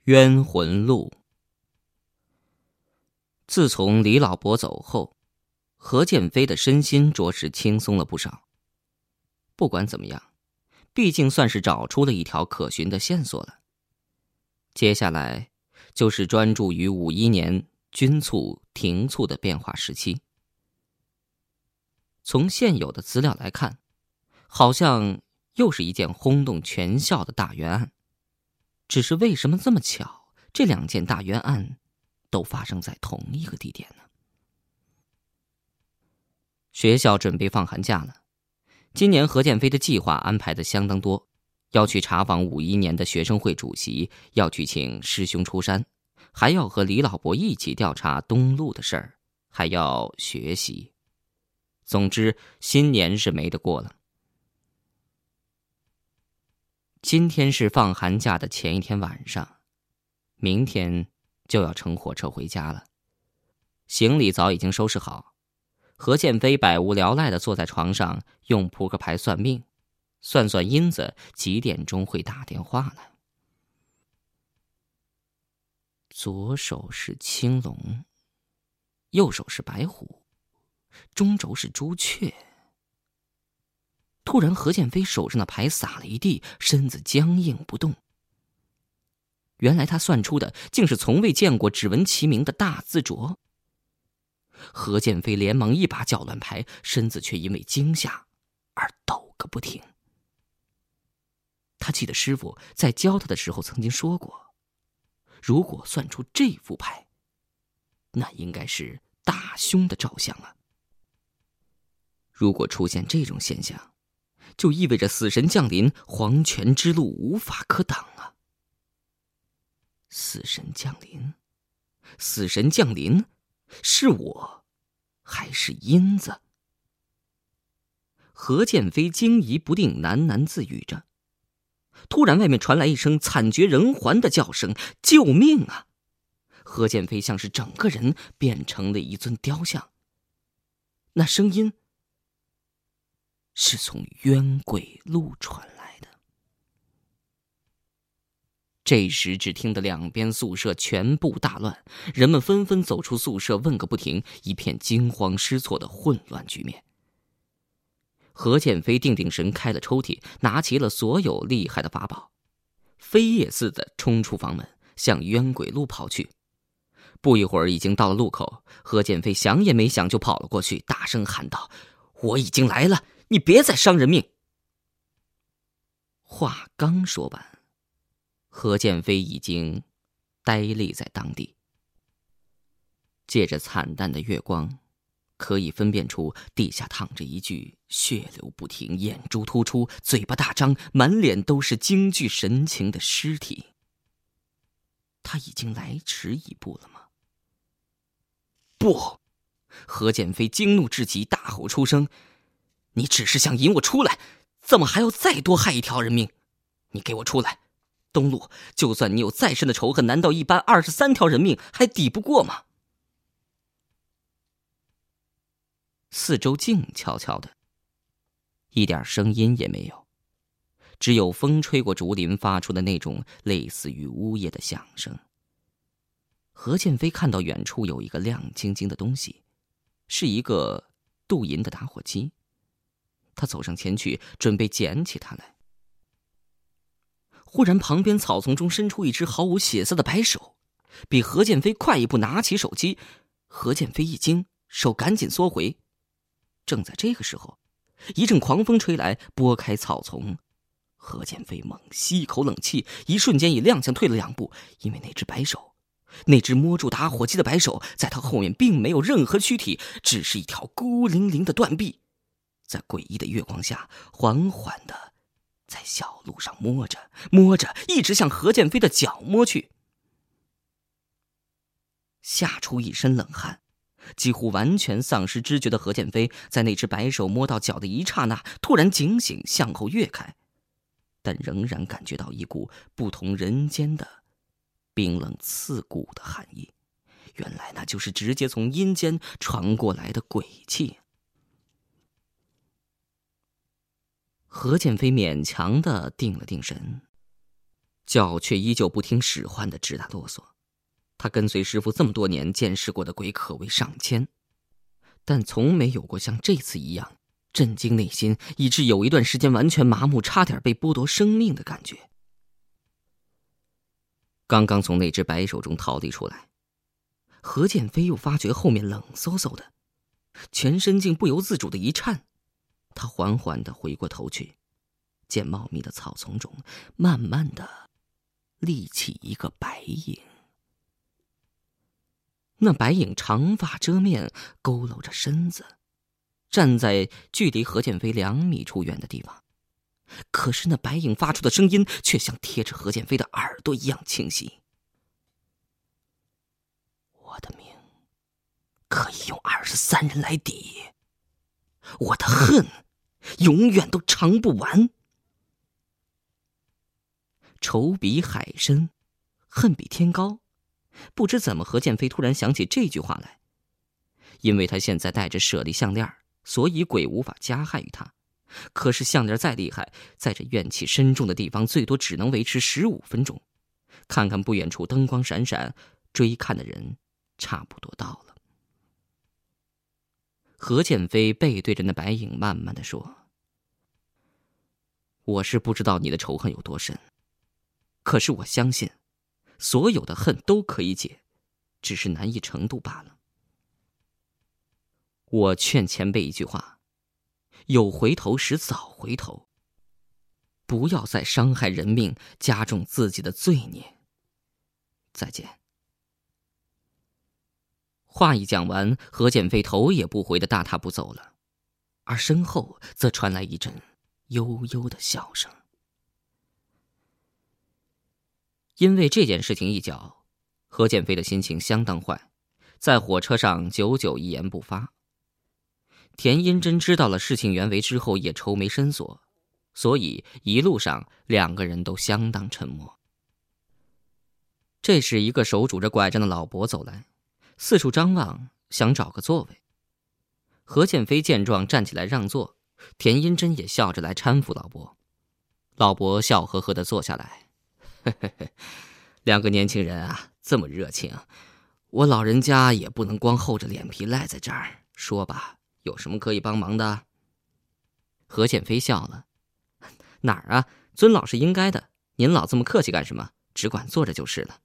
冤魂录。自从李老伯走后，何建飞的身心着实轻松了不少。不管怎么样，毕竟算是找出了一条可循的线索了。接下来就是专注于51年军促停促的变化时期。从现有的资料来看，好像又是一件轰动全校的大冤案。只是为什么这么巧，这两件大冤案都发生在同一个地点呢？学校准备放寒假了，今年何建飞的计划安排的相当多，要去查访51年的学生会主席，要去请师兄出山，还要和李老伯一起调查东路的事儿，还要学习。总之，新年是没得过了。今天是放寒假的前一天晚上，明天就要乘火车回家了。行李早已经收拾好，何建飞百无聊赖地坐在床上，用扑克牌算命，算算阴子几点钟会打电话呢？左手是青龙，右手是白虎，中轴是朱雀。突然，何建飞手上的牌撒了一地，身子僵硬不动。原来他算出的竟是从未见过只闻其名的大字镯。何建飞连忙一把搅乱牌，身子却因为惊吓而抖个不停。他记得师傅在教他的时候曾经说过，如果算出这副牌，那应该是大凶的兆象啊。如果出现这种现象，就意味着死神降临，黄泉之路无法可挡啊！死神降临，死神降临，是我，还是阴子？何建飞惊疑不定，喃喃自语着。突然，外面传来一声惨绝人寰的叫声：“救命啊！”何建飞像是整个人变成了一尊雕像。那声音是从冤鬼路传来的。这时只听得两边宿舍全部大乱，人们纷纷走出宿舍问个不停，一片惊慌失措的混乱局面。何建飞定定神，开了抽屉，拿齐了所有厉害的法宝，飞也似的冲出房门，向冤鬼路跑去。不一会儿已经到了路口，何建飞想也没想就跑了过去，大声喊道：“我已经来了，你别再伤人命！”话刚说完，何建飞已经呆立在当地。借着惨淡的月光，可以分辨出地下躺着一具血流不停、眼珠突出、嘴巴大张、满脸都是惊惧神情的尸体。他已经来迟一步了吗？不！何建飞惊怒至极，大吼出声：“你只是想引我出来，怎么还要再多害一条人命？你给我出来！东路，就算你有再深的仇恨，难道一般23条人命还抵不过吗？”四周静悄悄的，一点声音也没有，只有风吹过竹林发出的那种类似于呜咽的响声。何建飞看到远处有一个亮晶晶的东西，是一个镀银的打火机。他走上前去，准备捡起它来。忽然，旁边草丛中伸出一只毫无血色的白手，比何建飞快一步拿起手机。何建飞一惊，手赶紧缩回。正在这个时候，一阵狂风吹来，拨开草丛。何建飞猛吸一口冷气，一瞬间以踉跄退了2步，因为那只白手，那只摸住打火机的白手，在他后面并没有任何躯体，只是一条孤零零的断臂，在诡异的月光下缓缓地在小路上摸着摸着，一直向何建飞的脚摸去。吓出一身冷汗，几乎完全丧失知觉的何建飞，在那只白手摸到脚的一刹那，突然警醒，向后跃开，但仍然感觉到一股不同人间的冰冷刺骨的寒意。原来那就是直接从阴间传过来的鬼气。何建飞勉强地定了定神， 脚却依旧不听使唤的直打啰嗦。他跟随师傅这么多年，见识过的鬼可谓上千，但从没有过像这次一样震惊内心，以致有一段时间完全麻木，差点被剥夺生命的感觉。刚刚从那只白手中逃离出来，何建飞又发觉后面冷飕飕的，全身竟不由自主的一颤。他缓缓地回过头去，见茂密的草丛中慢慢地立起一个白影。那白影长发遮面，佝偻着身子，站在距离何建飞2米处远的地方。可是那白影发出的声音却像贴着何建飞的耳朵一样清晰。我的命可以用23人来抵，我的恨永远都偿不完。仇比海深，恨比天高。不知怎么，何建飞突然想起这句话来。因为他现在戴着舍利项链，所以鬼无法加害于他。可是项链再厉害，在这怨气深重的地方，最多只能维持15分钟。看看不远处灯光闪闪，追看的人差不多到了。何建飞背对着那白影，慢慢地说：“我是不知道你的仇恨有多深，可是我相信，所有的恨都可以解，只是难易程度罢了。我劝前辈一句话：有回头时早回头，不要再伤害人命，加重自己的罪孽。再见。”话一讲完，何建飞头也不回的大踏步走了，而身后则传来一阵悠悠的笑声。因为这件事情一搅，何建飞的心情相当坏，在火车上久久一言不发。田英珍知道了事情原委之后，也愁眉深锁，所以一路上2个人都相当沉默。这时，一个手拄着拐杖的老伯走来，四处张望，想找个座位。何建飞见状站起来让座，田英珍也笑着来搀扶老伯。老伯笑呵呵地坐下来，呵呵呵，2个年轻人啊，这么热情，我老人家也不能光厚着脸皮赖在这儿。说吧，有什么可以帮忙的？何建飞笑了：“哪儿啊，尊老是应该的，您老这么客气干什么？只管坐着就是了。”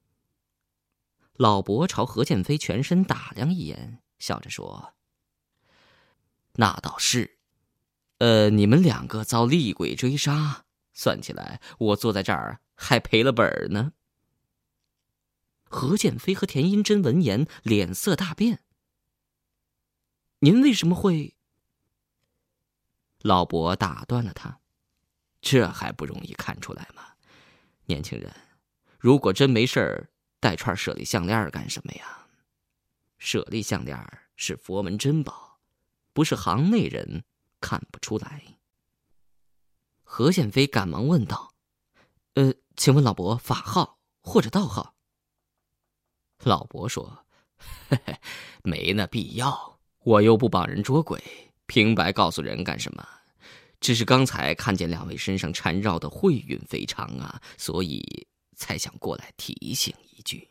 老伯朝何建飞全身打量一眼，笑着说：“那倒是，你们2个遭厉鬼追杀，算起来我坐在这儿还赔了本呢。”何建飞和田英珍闻言脸色大变。“您为什么会？”老伯打断了他：“这还不容易看出来吗？年轻人，如果真没事儿，带串舍利项链干什么呀？舍利项链是佛门珍宝，不是行内人看不出来。”何建飞赶忙问道：“请问老伯法号或者道号？”老伯说：“嘿嘿，没那必要，我又不帮人捉鬼，平白告诉人干什么？只是刚才看见2位身上缠绕的慧运非常啊，所以才想过来提醒一句。”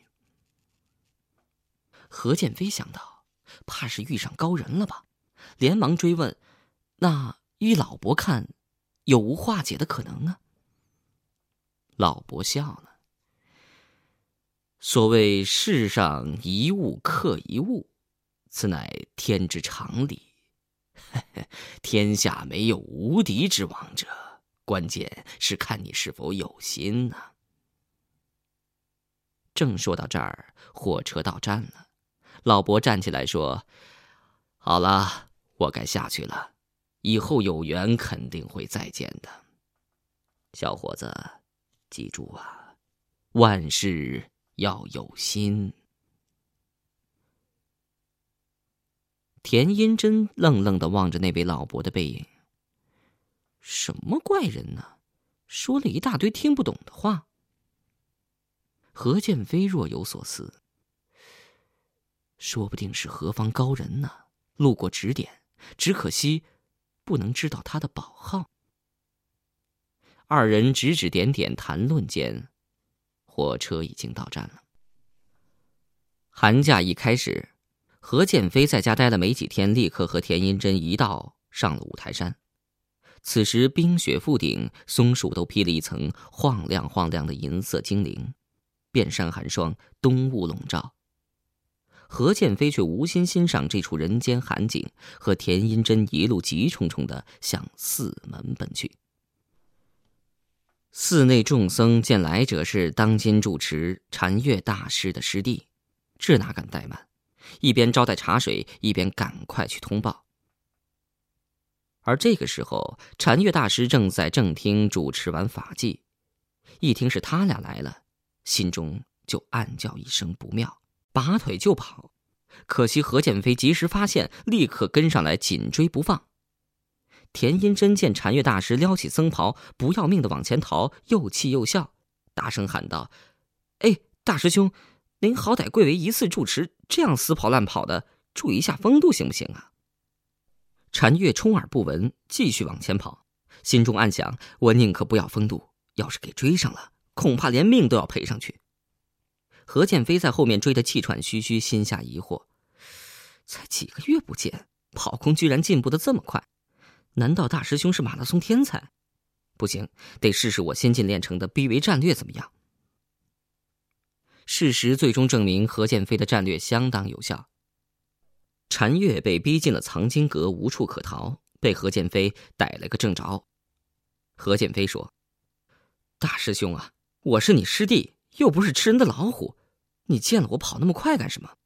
何建飞想到，怕是遇上高人了吧，连忙追问：“那依老伯看，有无化解的可能啊？”老伯笑了：“所谓世上一物克一物，此乃天之常理。天下没有无敌之王者，关键是看你是否有心啊。”正说到这儿，火车到站了。老伯站起来说：“好了，我该下去了，以后有缘肯定会再见的。小伙子，记住啊，万事要有心。”田英珍愣愣地望着那位老伯的背影。什么怪人呢？说了一大堆听不懂的话。何建飞若有所思，说不定是何方高人呢，路过指点，只可惜不能知道他的宝号。 二人指指点点谈论间，火车已经到站了。寒假一开始，何建飞在家待了没几天，立刻和田银针一道上了五台山。此时冰雪覆顶，松树都披了一层晃亮晃亮的银色精灵，遍山寒霜，冬雾笼罩。何建飞却无心欣赏这处人间寒景，和田银针一路急冲冲地向寺门奔去。寺内众僧见来者是当今住持禅月大师的师弟，这哪敢怠慢，一边招待茶水，一边赶快去通报。而这个时候，禅月大师正在正厅主持完法祭，一听是他俩来了，心中就暗叫一声不妙，拔腿就跑。可惜何建飞及时发现，立刻跟上来紧追不放。田银针见禅月大师撩起僧袍，不要命的往前逃，又气又笑，大声喊道：“哎，大师兄，您好歹贵为一寺住持，这样死跑烂跑的，注意一下风度行不行啊？”禅月充耳不闻，继续往前跑，心中暗想：我宁可不要风度，要是给追上了，恐怕连命都要赔上去。何建飞在后面追得气喘吁吁，心下疑惑：才几个月不见，跑功居然进步得这么快，难道大师兄是马拉松天才？不行，得试试我先进练成的逼围战略怎么样？事实最终证明，何建飞的战略相当有效。禅月被逼进了藏经阁，无处可逃，被何建飞逮了个正着。何建飞说：“大师兄啊，我是你师弟，又不是吃人的老虎，你见了我跑那么快干什么？”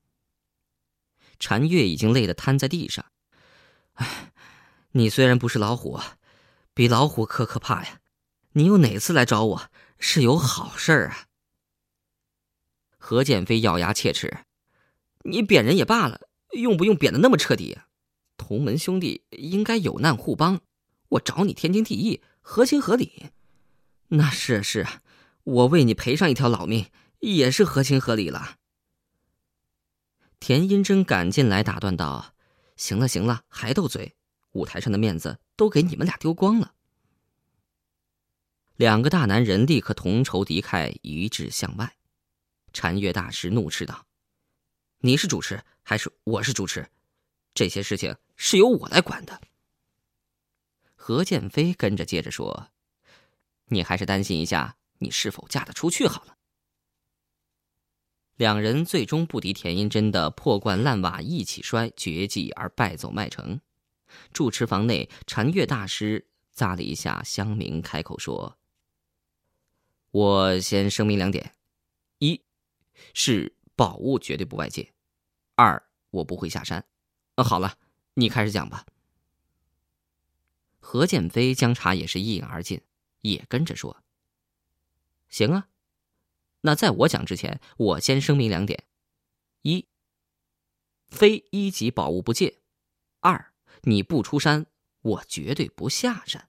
禅月已经累得瘫在地上。哎，你虽然不是老虎啊，比老虎可怕呀！你又哪次来找我，是有好事啊？何建飞咬牙切齿：“你贬人也罢了，用不用贬得那么彻底啊？同门兄弟应该有难互帮，我找你天经地义，合情合理。那是啊，我为你赔上一条老命，也是合情合理了。”田银针赶进来打断道：“行了行了，还斗嘴，舞台上的面子都给你们俩丢光了。”两个大男人立刻同仇敌忾，一致向外。禅月大师怒斥道：“你是主持还是我是主持？这些事情是由我来管的。”何建飞跟着接着说：“你还是担心一下你是否嫁得出去好了。”两人最终不敌田银针的破罐烂瓦一起摔绝技而败走麦城。住持房内，禅月大师咂了一下香茗，开口说：“我先声明两点：一是宝物绝对不外借；二，我不会下山。好了，你开始讲吧。”何建飞将茶也是一饮而尽，也跟着说：“行啊，那在我讲之前，我先声明两点：一，非一级宝物不借；二，你不出山，我绝对不下山。”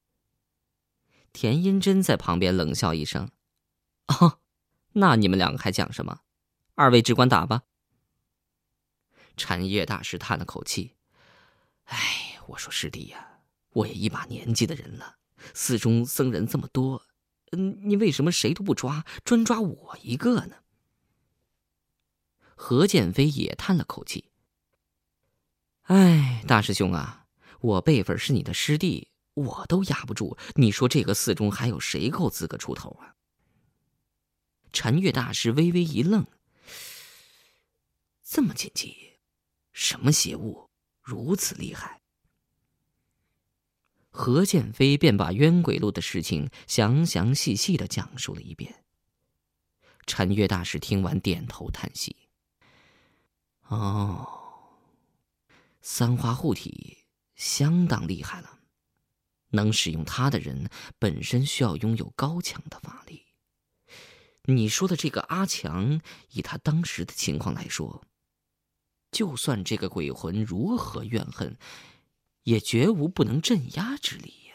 田银针在旁边冷笑一声：“哦，那你们两个还讲什么？二位只管打吧。”禅月大师叹了口气：“哎，我说师弟呀，我也一把年纪的人了，寺中僧人这么多，你为什么谁都不抓，专抓我一个呢？”何建飞也叹了口气：“哎，大师兄啊，我辈分是你的师弟，我都压不住，你说这个寺中还有谁够资格出头啊？”禅月大师微微一愣：“这么紧急？什么邪物如此厉害？”何建飞便把冤鬼路的事情详详细细地讲述了一遍。禅月大师听完点头叹息：“哦，三花护体相当厉害了，能使用它的人本身需要拥有高强的法力。你说的这个阿强，以他当时的情况来说，就算这个鬼魂如何怨恨，也绝无不能镇压之力呀。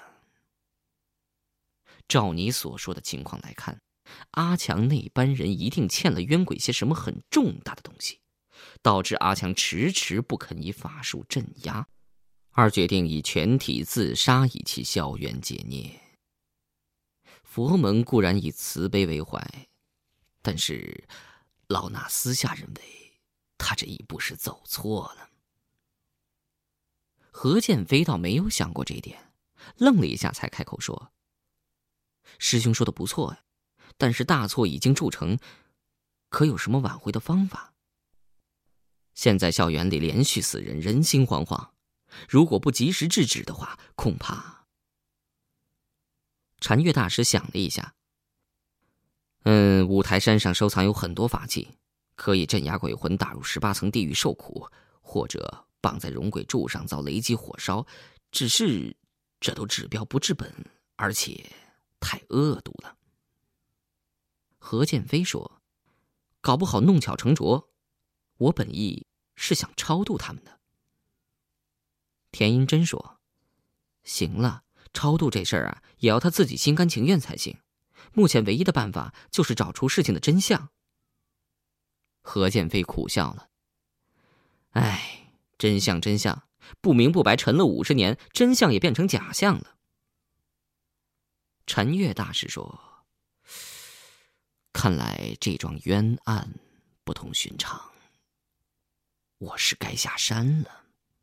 照你所说的情况来看，阿强那班人一定欠了冤鬼些什么很重大的东西，导致阿强迟迟不肯以法术镇压，而决定以全体自杀以其消冤解孽。 佛门固然以慈悲为怀，但是老衲私下认为，他这一步是走错了。何剑飞倒没有想过这一点，愣了一下才开口说：“师兄说的不错呀，但是大错已经铸成，可有什么挽回的方法？现在校园里连续死人，人心惶惶，如果不及时制止的话，恐怕……”禅月大师想了一下，五台山上收藏有很多法器，可以镇压鬼魂打入18层地狱受苦，或者绑在荣鬼柱上遭雷击火烧，只是这都治标不治本，而且太恶毒了。何剑飞说：“搞不好弄巧成拙，我本意是想超度他们的。”田英真说：“行了，超度这事儿啊，也要他自己心甘情愿才行。目前唯一的办法就是找出事情的真相。”何剑飞苦笑了：“哎，真相，不明不白沉了50年，真相也变成假象了。”禅月大师说：“看来这桩冤案不同寻常，我是该下山了。”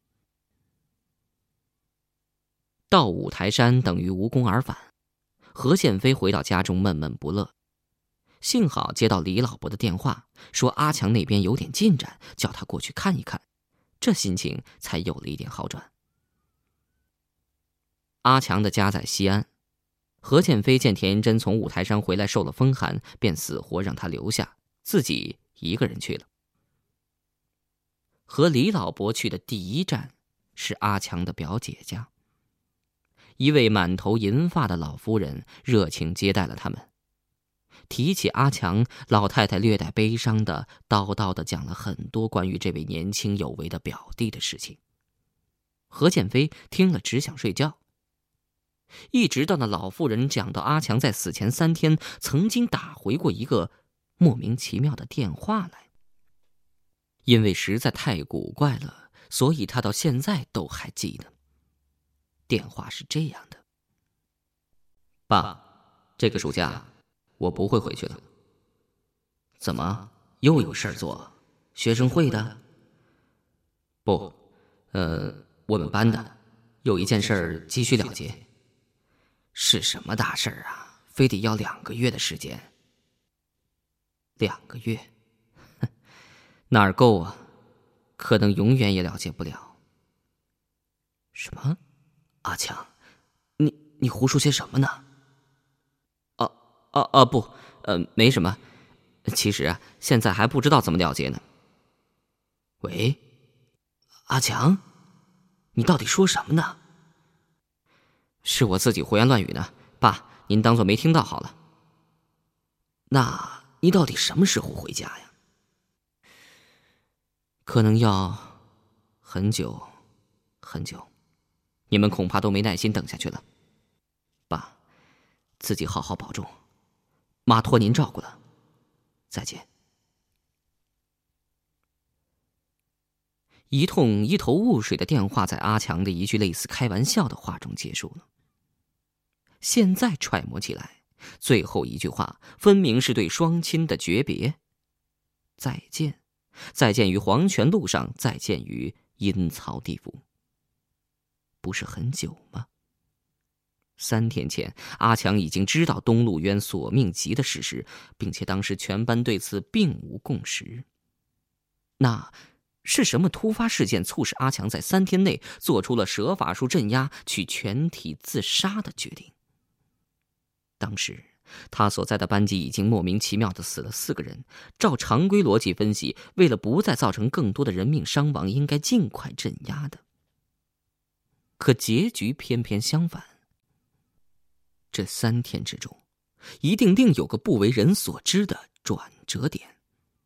到五台山等于无功而返，何剑飞回到家中闷闷不乐。幸好接到李老伯的电话，说阿强那边有点进展，叫他过去看一看，这心情才有了一点好转。阿强的家在西安，何剑飞见田银珍从五台山回来受了风寒，便死活让他留下，自己一个人去了。和李老伯去的第一站是阿强的表姐家，一位满头银发的老夫人热情接待了他们。提起阿强，老太太略带悲伤的叨叨的讲了很多关于这位年轻有为的表弟的事情。何剑飞听了只想睡觉，一直到那老妇人讲到阿强在死前3天曾经打回过一个莫名其妙的电话来。因为实在太古怪了，所以他到现在都还记得。电话是这样的：“爸，这个暑假我不会回去了。”“怎么，又有事儿做？学生会的？”“不，我们班的，有一件事儿急需了结。”“是什么大事儿啊？非得要2个月的时间？” “2个月？哼，哪儿够啊？可能永远也了结不了。”“什么？阿强，你胡说些什么呢？”“不，没什么。其实啊，现在还不知道怎么了结呢。”“喂，阿强，你到底说什么呢？”“是我自己胡言乱语呢，爸，您当作没听到好了。”“那你到底什么时候回家呀？”“可能要很久很久，你们恐怕都没耐心等下去了。爸，自己好好保重，妈托您照顾了，再见。”一通一头雾水的电话在阿强的一句类似开玩笑的话中结束了。现在揣摩起来，最后一句话分明是对双亲的诀别：再见，再见于黄泉路上，再见于阴曹地府。不是很久吗？3天前，阿强已经知道东陆渊索命急的事实，并且当时全班对此并无共识。那是什么突发事件促使阿强在3天内做出了舍法术镇压、去全体自杀的决定？当时他所在的班级已经莫名其妙地死了4个人，照常规逻辑分析，为了不再造成更多的人命伤亡，应该尽快镇压的。可结局偏偏相反。这3天之中，一定另有个不为人所知的转折点。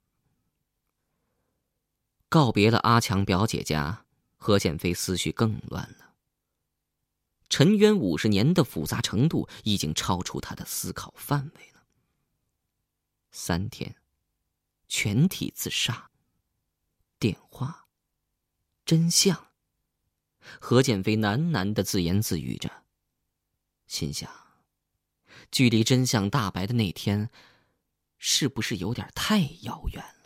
告别了阿强表姐家，何剑飞思绪更乱了。沉冤50年的复杂程度已经超出他的思考范围了。3天，全体自杀，电话，真相。何剑飞喃喃地自言自语着，心想： 距离真相大白的那天，是不是有点太遥远了？